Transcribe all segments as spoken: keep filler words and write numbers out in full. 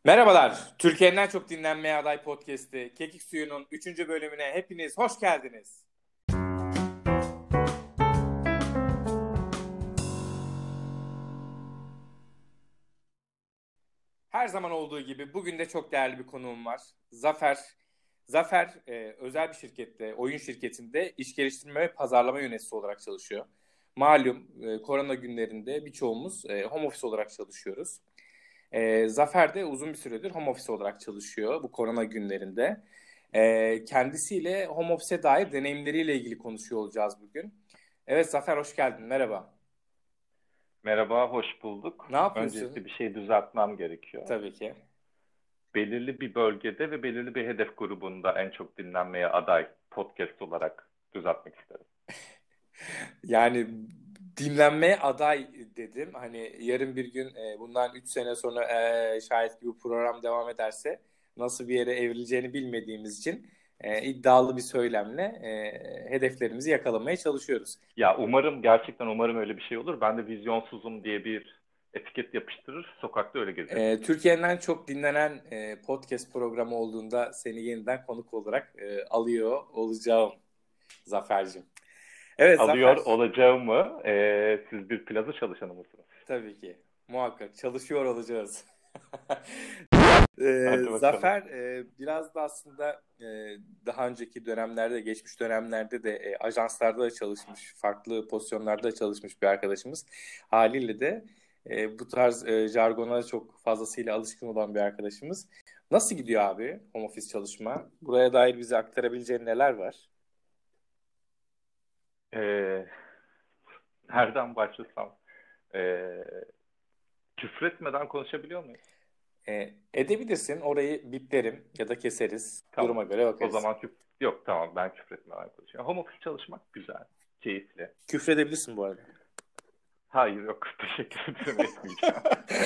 Merhabalar, Türkiye'nin en çok dinlenmeye aday podcast'i Kekik Suyu'nun üçüncü bölümüne hepiniz hoş geldiniz. Her zaman olduğu gibi bugün de çok değerli bir konuğum var. Zafer. Zafer e, özel bir şirkette, oyun şirketinde iş geliştirme ve pazarlama yöneticisi olarak çalışıyor. Malum e, korona günlerinde birçoğumuz e, home office olarak çalışıyoruz. E, Zafer de uzun bir süredir home office olarak çalışıyor bu korona günlerinde. E, kendisiyle home office'e dair deneyimleriyle ilgili konuşuyor olacağız bugün. Evet Zafer, hoş geldin. Merhaba. Merhaba, hoş bulduk. Ne yapıyorsun? Öncelikle bir şey düzeltmem gerekiyor. Tabii ki. Belirli bir bölgede ve belirli bir hedef grubunda en çok dinlenmeye aday podcast olarak düzeltmek isterim. Yani dinlenmeye aday dedim. Hani yarın bir gün e, bundan üç sene sonra e, şayet ki bu program devam ederse nasıl bir yere evrileceğini bilmediğimiz için e, iddialı bir söylemle e, hedeflerimizi yakalamaya çalışıyoruz. Ya umarım, gerçekten umarım öyle bir şey olur. Ben de vizyonsuzum diye bir etiket yapıştırır, sokakta öyle gezerim. E, Türkiye'nin en çok dinlenen e, podcast programı olduğunda seni yeniden konuk olarak e, alıyor olacağım Zafer'cim. Evet Alıyor Zafer, olacağımı, eee, siz bir plaza çalışanı mısınız? tabii ki muhakkak çalışıyor olacağız. Ee, Hadi bakalım. Zafer e, biraz da aslında e, daha önceki dönemlerde, geçmiş dönemlerde de e, ajanslarda da çalışmış, farklı pozisyonlarda da çalışmış bir arkadaşımız. Haliyle de e, bu tarz e, jargona çok fazlasıyla alışkın olan bir arkadaşımız. Nasıl gidiyor abi home office çalışma? Buraya dair bize aktarabileceğin neler var? Eee nereden başlasam? Eee küfretmeden konuşabiliyor muyum? E, edebilirsin, orayı biplerim ya da keseriz. Tamam. Duruma göre O bakarız. zaman küf yok, tamam, ben küfretmeden konuşuyorum. Home office çalışmak güzel, keyifli. Küfredebilirsin bu arada. Hayır, yok, teşekkür ederim, etmeyeceğim.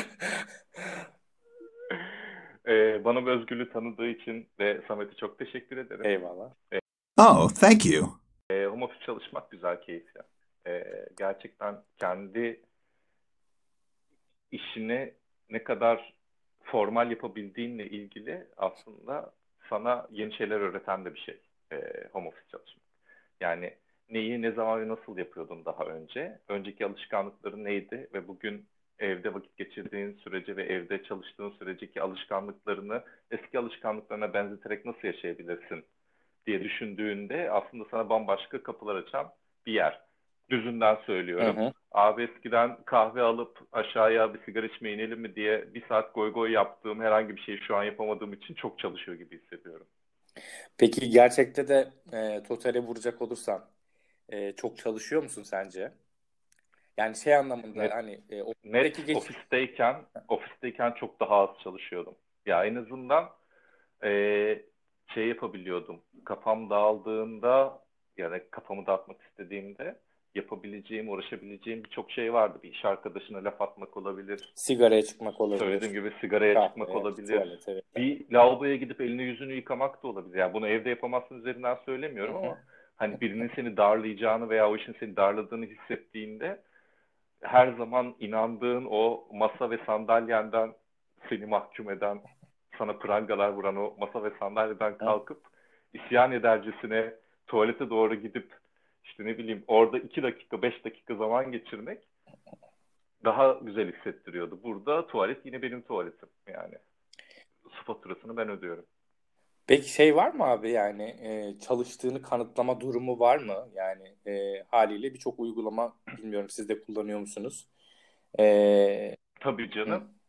Ee, bana bu özgürlüğü tanıdığı için ve Samet'e çok teşekkür ederim. Eyvallah. Oh, thank you. Ee, home office çalışmak güzel, keyifli. Ee, gerçekten kendi işini ne kadar formal yapabildiğinle ilgili aslında sana yeni şeyler öğreten de bir şey. Ee, home office çalışmak. Yani neyi, ne zaman ve nasıl yapıyordun daha önce? Önceki alışkanlıkların neydi ve bugün evde vakit geçirdiğin sürece ve evde çalıştığın süreceki alışkanlıklarını eski alışkanlıklarına benzeterek nasıl yaşayabilirsin diye düşündüğünde aslında sana bambaşka kapılar açan bir yer. Düzünden Hı söylüyorum. hı. Abi eskiden kahve alıp aşağıya bir sigara içmeye inelim mi diye bir saat goy goy yaptığım herhangi bir şeyi şu an yapamadığım için çok çalışıyor gibi hissediyorum. Peki gerçekte de e, totale vuracak olursan e, çok çalışıyor musun sence? Yani şey anlamında Net hani e, net ofisteki geç... ofisteyken ofisteyken çok daha az çalışıyordum. Ya en azından eee, şey yapabiliyordum. Kafam dağıldığında, yani kafamı dağıtmak istediğimde yapabileceğim, uğraşabileceğim birçok şey vardı. Bir iş arkadaşına laf atmak olabilir. Sigaraya çıkmak Söylediğim olabilir. gibi sigaraya çıkmak Kahve, olabilir. tuvalet, evet. Bir lavaboya gidip elini yüzünü yıkamak da olabilir. Yani bunu evde yapamazsın üzerinden Hı söylemiyorum hı. ama hani birinin seni darlayacağını veya o işin seni darladığını hissettiğinde her zaman inandığın o masa ve sandalyenden seni mahkum eden, sana prangalar vuran o masa ve sandalyeden Hı. kalkıp isyan edercesine tuvalete doğru gidip işte ne bileyim orada iki dakika, beş dakika zaman geçirmek daha güzel hissettiriyordu. Burada tuvalet yine benim tuvaletim yani. Su faturasını ben ödüyorum. Peki şey var mı abi, yani e, çalıştığını kanıtlama durumu var mı? Yani e, haliyle birçok uygulama, bilmiyorum siz de kullanıyor musunuz? E, Tabii hı. canım.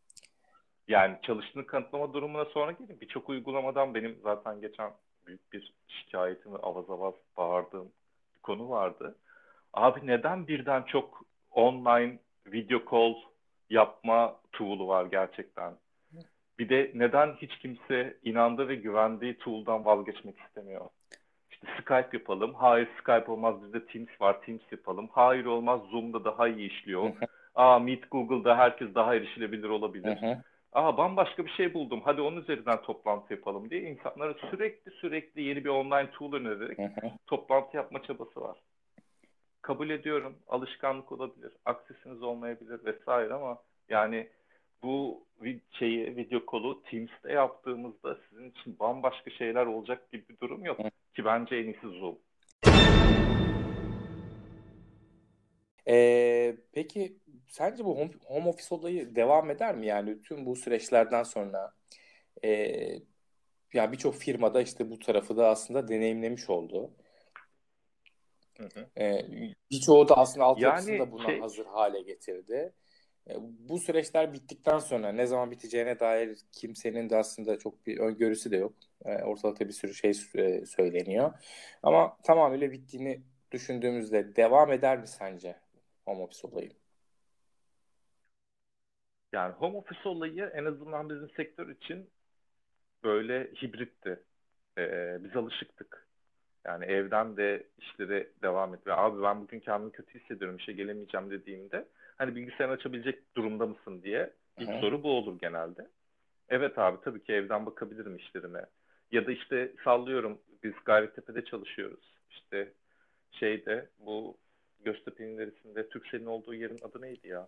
Yani çalıştığını kanıtlama durumuna sonra gelin. Birçok uygulamadan benim zaten geçen büyük bir şikayetim ve avaz avaz bağırdığım bir konu vardı. Abi neden birden çok online video call yapma tool'u var gerçekten? Bir de neden hiç kimse inandığı ve güvendiği tool'dan vazgeçmek istemiyor? İşte Skype yapalım. Hayır, Skype olmaz, bizde Teams var, Teams yapalım. Hayır, olmaz, Zoom'da daha iyi Hı işliyor. hı. Aa, Meet Google'da herkes daha erişilebilir Hı olabilir. hı. Aa, bambaşka bir şey buldum, hadi onun üzerinden toplantı yapalım diye insanlara sürekli sürekli yeni bir online tool önererek Hı hı. toplantı yapma çabası var. Kabul ediyorum, alışkanlık olabilir, aksesiniz olmayabilir vesaire ama yani bu vi- şeyi video kolu Teams'te yaptığımızda sizin için bambaşka şeyler olacak gibi bir durum yok. Ki bence en iyisi Zoom. Ee, peki sence bu home, home office olayı devam eder mi? Yani tüm bu süreçlerden sonra e, yani birçok firmada işte bu tarafı da aslında deneyimlemiş oldu. Hı hı. Ee, birçoğu da aslında altyapısını Yani da buna şey hazır hale getirdi. Ee, bu süreçler bittikten sonra ne zaman biteceğine dair kimsenin de aslında çok bir öngörüsü de yok. Ee, ortalıkta bir sürü şey e, söyleniyor. Ama tamamıyla bittiğini düşündüğümüzde devam eder mi sence home office olayı? yani home office olayı en azından bizim sektör için böyle hibritti. Ee, biz alışıktık. Yani evden de işlere devam et. Ve abi ben bugün kendimi kötü hissediyorum, işe gelemeyeceğim dediğimde hani bilgisayarını açabilecek durumda mısın diye ilk Hı-hı. soru bu olur genelde. Evet abi tabii ki evden bakabilirim işlerime. Ya da işte sallıyorum biz Gayrettepe'de çalışıyoruz. İşte şeyde bu Göztepe'nin ilerisinde Türkcell'in olduğu yerin adı neydi ya?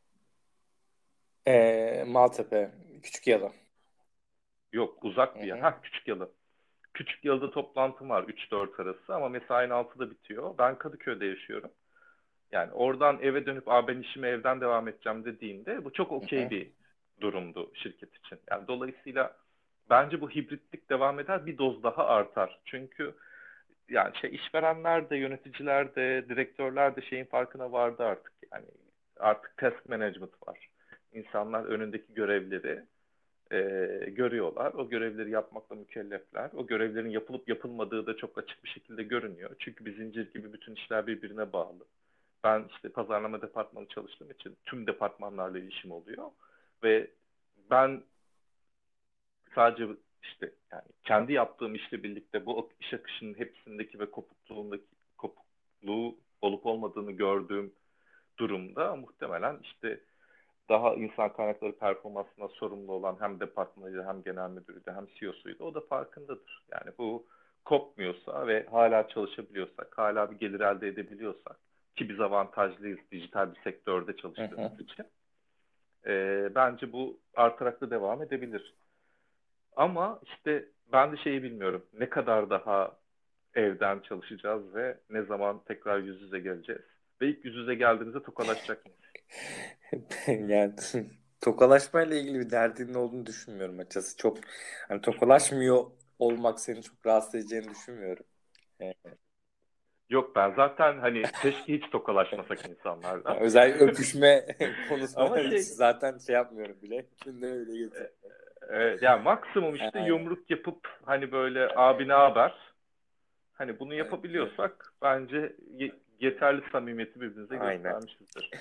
Ee, Maltepe, Küçükyalı. Yok uzak bir yer. Hı-hı. Ha Küçükyalı. Küçükyalı'da toplantım var üç dört arası ama mesain altıda bitiyor. Ben Kadıköy'de yaşıyorum. Yani oradan eve dönüp Aa, ben işime evden devam edeceğim dediğinde bu çok okey Hı-hı. bir durumdu şirket için. Yani dolayısıyla bence bu hibritlik devam eder bir doz daha artar. Çünkü yani şey işverenler de yöneticiler de direktörler de şeyin farkına vardı artık. Yani artık task management var. İnsanlar önündeki görevleri e, görüyorlar. O görevleri yapmakla mükellefler. O görevlerin yapılıp yapılmadığı da çok açık bir şekilde görünüyor. Çünkü bir zincir gibi bütün işler birbirine bağlı. Ben işte pazarlama departmanı çalıştığım için tüm departmanlarla ilişim oluyor. Ve ben sadece işte yani kendi yaptığım işle birlikte bu iş akışının hepsindeki ve kopukluğundaki kopukluğu olup olmadığını gördüğüm durumda muhtemelen işte daha insan kaynakları performansına sorumlu olan hem departmanıydı hem genel müdürüydü hem C E O'suydu. O da farkındadır. Yani bu kopmuyorsa ve hala çalışabiliyorsak, hala bir gelir elde edebiliyorsak ki biz avantajlıyız dijital bir sektörde Hı-hı. çalıştığımız için. E, bence bu artarak da devam edebilir. Ama işte ben de şeyi bilmiyorum. Ne kadar daha evden çalışacağız ve ne zaman tekrar yüz yüze geleceğiz? Ve ilk yüz yüze geldiğimizde tokalaşacak mıyız? Yani tokalaşmayla ilgili bir derdinin olduğunu düşünmüyorum açıkçası. Çok hani tokalaşmıyor olmak seni çok rahatsız edeceğini düşünmüyorum. Ee, Yok ben zaten hani keşke hiç tokalaşmasak insanlardan. yani özellikle öpüşme konusunda Ama hiç şey zaten şey yapmıyorum bile. Gündeme bile e, getirmiyorum. evet, yani maksimum işte Aynen. yumruk yapıp hani böyle abi ne haber? Hani bunu Evet, evet. yapabiliyorsak bence ye- yeterli samimiyeti birbirimize Aynen. göstermişizdir.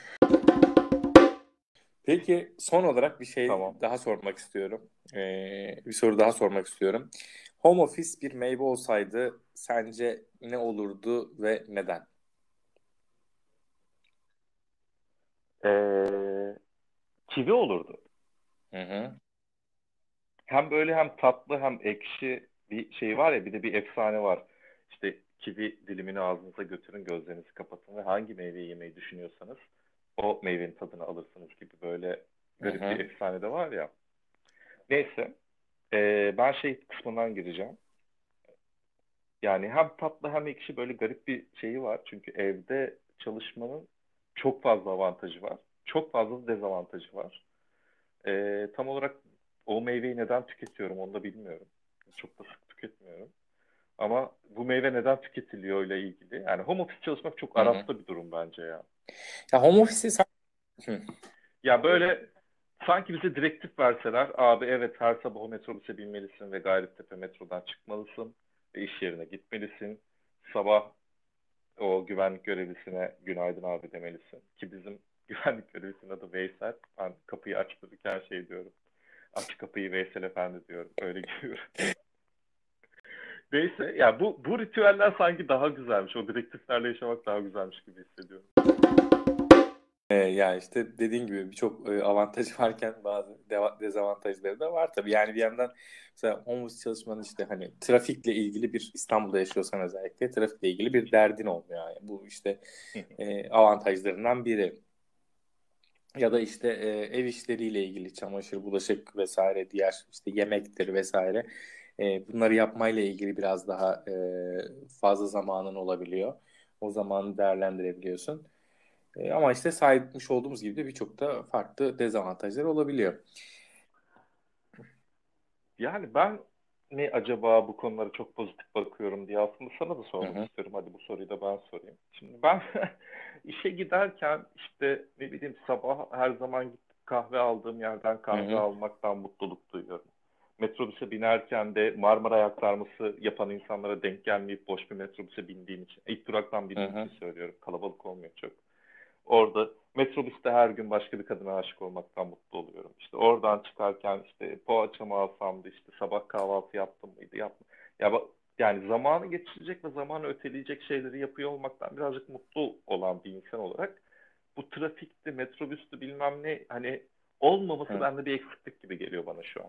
Peki son olarak bir şey Tamam. daha sormak istiyorum. Ee, bir soru daha sormak istiyorum. Home office bir meyve olsaydı sence ne olurdu ve neden? Ee, kivi olurdu. Hı hı. Hem böyle hem tatlı hem ekşi bir şey var ya bir de bir efsane var. İşte kivi dilimini ağzınıza götürün gözlerinizi kapatın ve hangi meyveyi yemeyi düşünüyorsanız o meyvenin tadını alırsınız gibi böyle Hı garip bir hı. efsane de var ya. Neyse ee, ben şey kısmından gireceğim. Yani hem tatlı hem ekşi böyle garip bir şeyi var. Çünkü evde çalışmanın çok fazla avantajı var. Çok fazla da dezavantajı var. Ee, tam olarak o meyveyi neden tüketiyorum onu da bilmiyorum. Çok da sık tüketmiyorum. Ama bu meyve neden tüketiliyor ile ilgili. Yani home office çalışmak çok Hı hı. arafta bir durum bence ya. Ya home office'i sen... Hı. Ya böyle sanki bize direktif verseler abi evet her sabah o metrobüse binmelisin ve Gayrettepe metrodan çıkmalısın ve iş yerine gitmelisin. Sabah o güvenlik görevlisine günaydın abi demelisin. Ki bizim güvenlik görevlisinin adı Veysel. Ben kapıyı açtırırken şey diyorum. Aç kapıyı Veysel Efendi diyorum. Öyle giriyorum. Neyse ya bu bu ritüeller sanki daha güzelmiş. O direktiflerle yaşamak daha güzelmiş gibi hissediyorum. Ee, ya işte dediğin gibi birçok e, avantajı varken bazı deva- dezavantajları da var tabii. Yani bir yandan mesela home office çalışmanın işte hani trafikle ilgili bir İstanbul'da yaşıyorsan özellikle trafikle ilgili bir derdin olmuyor yani. Bu işte e, avantajlarından biri. Ya da işte e, ev işleriyle ilgili çamaşır, bulaşık vesaire, diğer işte yemektir vesaire. E, bunları yapmayla ilgili biraz daha e, fazla zamanın olabiliyor. O zamanı değerlendirebiliyorsun. E, ama işte sahip etmiş olduğumuz gibi de birçok da farklı dezavantajlar olabiliyor. Yani ben mi acaba bu konulara çok pozitif bakıyorum diye aslında sana da Hı sormak hı, istiyorum. Hadi bu soruyu da ben sorayım. Şimdi ben işe giderken işte ne bileyim sabah her zaman gidip kahve aldığım yerden hı kahve hı, almaktan mutluluk duyuyorum. Metrobüse binerken de Marmara aktarması yapan insanlara denk gelmeyip boş bir metrobüse bindiğim için, ilk duraktan hı bindiğim hı, için söylüyorum. Kalabalık olmuyor çok. Orada metrobüste her gün başka bir kadına aşık olmaktan mutlu oluyorum. İşte oradan çıkarken işte poğaçamı alsam da işte sabah kahvaltı yaptım mıydı yapma. Ya bak, yani zamanı geçirecek ve zamanı öteleyecek şeyleri yapıyor olmaktan birazcık mutlu olan bir insan olarak bu trafikte, metrobüste bilmem ne hani olmaması hı. bende bir eksiklik gibi geliyor bana şu an.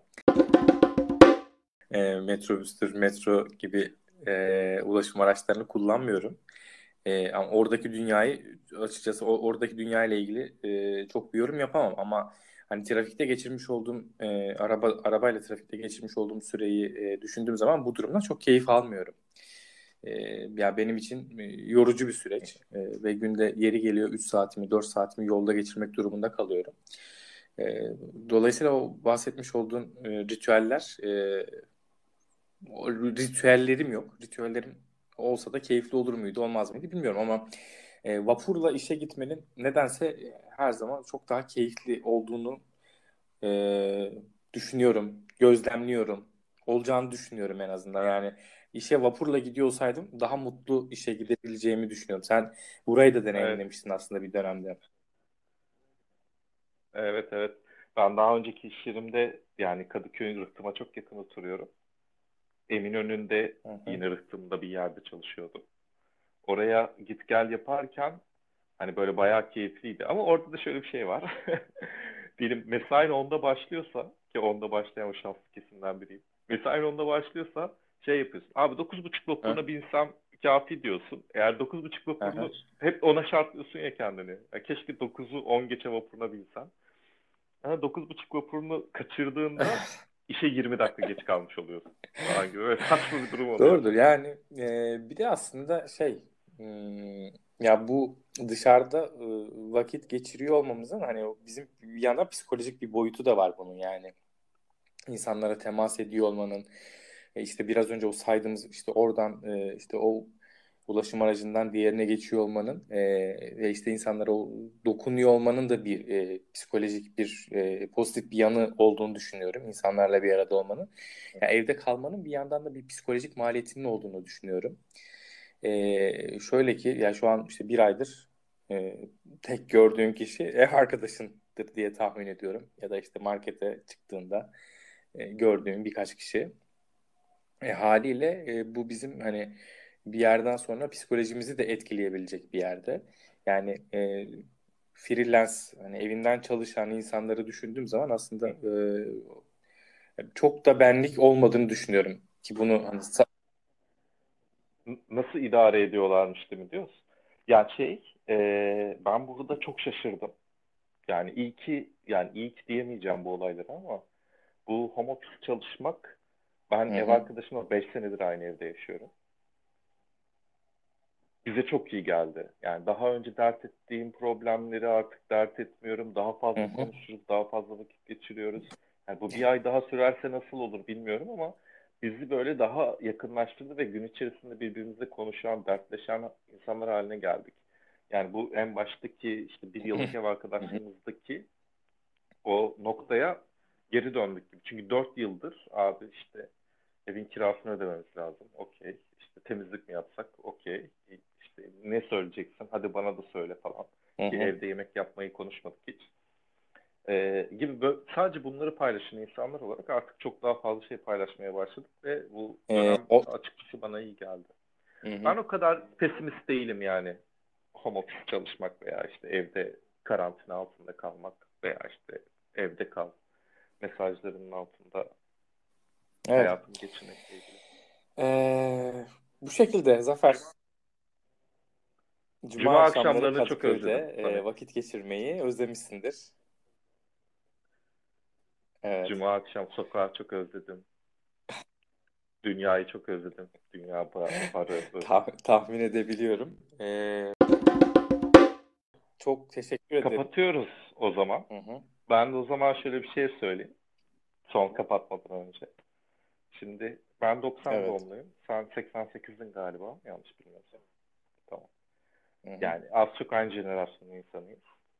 E, metrobüstür, metro gibi e, ulaşım araçlarını kullanmıyorum. E, ama oradaki dünyayı açıkçası o, oradaki dünya ile ilgili e, çok bir yorum yapamam ama hani trafikte geçirmiş olduğum e, araba arabayla trafikte geçirmiş olduğum süreyi e, düşündüğüm zaman bu durumdan çok keyif almıyorum. E, Ya benim için e, yorucu bir süreç. E, ve günde yeri geliyor üç saatimi dört saatimi yolda geçirmek durumunda kalıyorum. E, Dolayısıyla o bahsetmiş olduğun e, ritüeller, e, o ritüellerim yok. Ritüellerim olsa da keyifli olur muydu, olmaz mıydı bilmiyorum ama e, vapurla işe gitmenin nedense e, her zaman çok daha keyifli olduğunu e, düşünüyorum, gözlemliyorum. Olacağını düşünüyorum en azından. Yani işe vapurla gidiyor olsaydım daha mutlu işe gidebileceğimi düşünüyorum. Sen burayı da Evet, deneyimlemiştin aslında bir dönemde. evet, evet. Ben daha önceki iş yerimde yani Kadıköy'ün Rıhtım'a çok yakın oturuyorum. Eminönü'nde Hı hı. yine Rıhtım'da bir yerde çalışıyordum. Oraya git gel yaparken hani böyle bayağı keyifliydi. Ama orada da şöyle bir şey var. Diyelim mesain onda başlıyorsa ki onda başlayan o şanslı kesimden biriyim. Mesain onda başlıyorsa şey yapıyorsun. Abi dokuz buçuk Hı vapuruna binsem kafi diyorsun. Eğer dokuz buçuk hı. Hı. vapurunu hep ona şartlıyorsun ya kendini. Ya keşke dokuzu on geçe vapuruna binsen. Ama dokuz buçuk vapurunu kaçırdığında işe yirmi dakika geç kalmış oluyorsun falan gibi. Böyle saçma bir durum oluyor. Doğrudur yani e, bir de aslında şey hmm, ya bu dışarıda e, vakit geçiriyor olmamızın hani o bizim bir yandan psikolojik bir boyutu da var bunun yani insanlara temas ediyor olmanın e, işte biraz önce o saydığımız işte oradan e, işte o ulaşım aracından diğerine geçiyor olmanın e, ve işte insanlara o dokunuyor olmanın da bir e, psikolojik bir e, pozitif bir yanı olduğunu düşünüyorum insanlarla bir arada olmanın. Yani evde kalmanın bir yandan da bir psikolojik maliyetinin olduğunu düşünüyorum. E, şöyle ki ya şu an işte bir aydır e, tek gördüğüm kişi ev arkadaşındır diye tahmin ediyorum ya da işte markete çıktığında e, gördüğüm birkaç kişi. E, haliyle e, bu bizim hani bir yerden sonra psikolojimizi de etkileyebilecek bir yerde. Yani e, freelance hani evinden çalışan insanları düşündüğüm zaman aslında e, çok da benlik olmadığını düşünüyorum ki bunu hani sa- N- nasıl idare ediyorlarmış değil mi diyorsun? Yani şey, e, ben burada çok şaşırdım. Yani iyi ki, yani iyi ki diyemeyeceğim bu olaylara ama bu home office çalışmak, ben Hı ev hı, arkadaşımla beş senedir aynı evde yaşıyorum. Bize çok iyi geldi. Yani daha önce dert ettiğim problemleri artık dert etmiyorum. Daha hı fazla hı, konuşuruz, daha fazla vakit geçiriyoruz. Yani bu bir ay daha sürerse nasıl olur bilmiyorum ama bizi böyle daha yakınlaştırdı ve gün içerisinde birbirimizle konuşan, dertleşen insanlar haline geldik. Yani bu en baştaki işte bir yıllık ev hı hı, arkadaşlığımızdaki o noktaya geri döndük gibi. Çünkü dört yıldır abi işte evin kirasını ödememiz lazım. Okey. İşte temizlik mi yapsak? Okey. İşte ne söyleyeceksin? Hadi bana da söyle falan. hı Ki hı. evde yemek yapmayı konuşmadık hiç. Ee, gibi böyle, sadece bunları paylaşan insanlar olarak artık çok daha fazla şey paylaşmaya başladık ve bu E, dönem o, açıkçası bana iyi geldi. hı hı. Ben o kadar pesimist değilim yani. Home office çalışmak veya işte evde karantina altında kalmak veya işte evde kal mesajlarının altında Evet. hayatımı geçirmekle ilgili. E, Bu şekilde Zafer. Cuma, Cuma akşamları akşamlarını çok Kadıköy'de özledim. e, Tabii. vakit geçirmeyi özlemişsindir. Evet. Cuma akşam sokağı çok özledim. Dünyayı çok özledim. Dünya ba- barı. Tah- tahmin edebiliyorum. Ee, çok teşekkür ederim. Kapatıyoruz o zaman. Hı hı. Ben de o zaman şöyle bir şey söyleyeyim. Son kapatmadan önce. Şimdi ben doksan Evet. doğumluyum. Sen seksen sekizdin galiba. Yanlış bilmiyorsam. Tamam. Hı hı. Yani az çok aynı jenerasyonun insanıyız.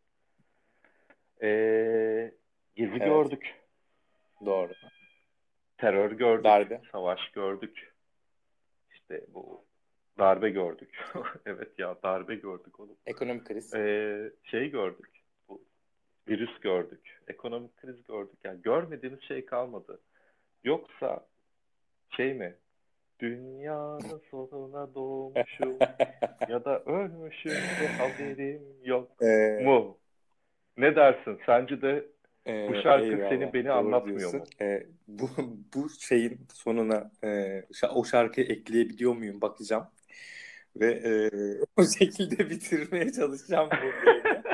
Ee, Gezi Evet. gördük. Doğru. Terör gördük. Darbe. Savaş gördük. İşte bu darbe gördük. Evet ya, darbe gördük oğlum. Ekonomik kriz. Ee, şey gördük. Bu virüs gördük. Ekonomik kriz gördük. Yani görmediğimiz şey kalmadı. Yoksa şey mi? Dünyanın sonuna doğmuşum ya da ölmüşüm ve haberim yok Ee, mu? Ne dersin? Sence de e, bu şarkı eyvallah. seni beni Doğru anlatmıyor diyorsun. mu? Ee, bu bu şeyin sonuna e, şa- o şarkıyı ekleyebiliyor muyum bakacağım. Ve e, o şekilde bitirmeye çalışacağım bu yayını.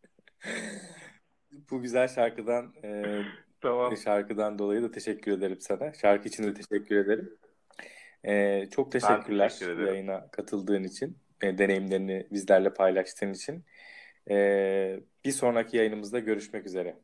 Bu güzel şarkıdan e, Tamam. şarkıdan dolayı da teşekkür ederim sana. Şarkı için de teşekkür ederim. E, çok Ben teşekkürler teşekkür ederim. yayına katıldığın için, e, deneyimlerini bizlerle paylaştığın için. E, bir sonraki yayınımızda görüşmek üzere.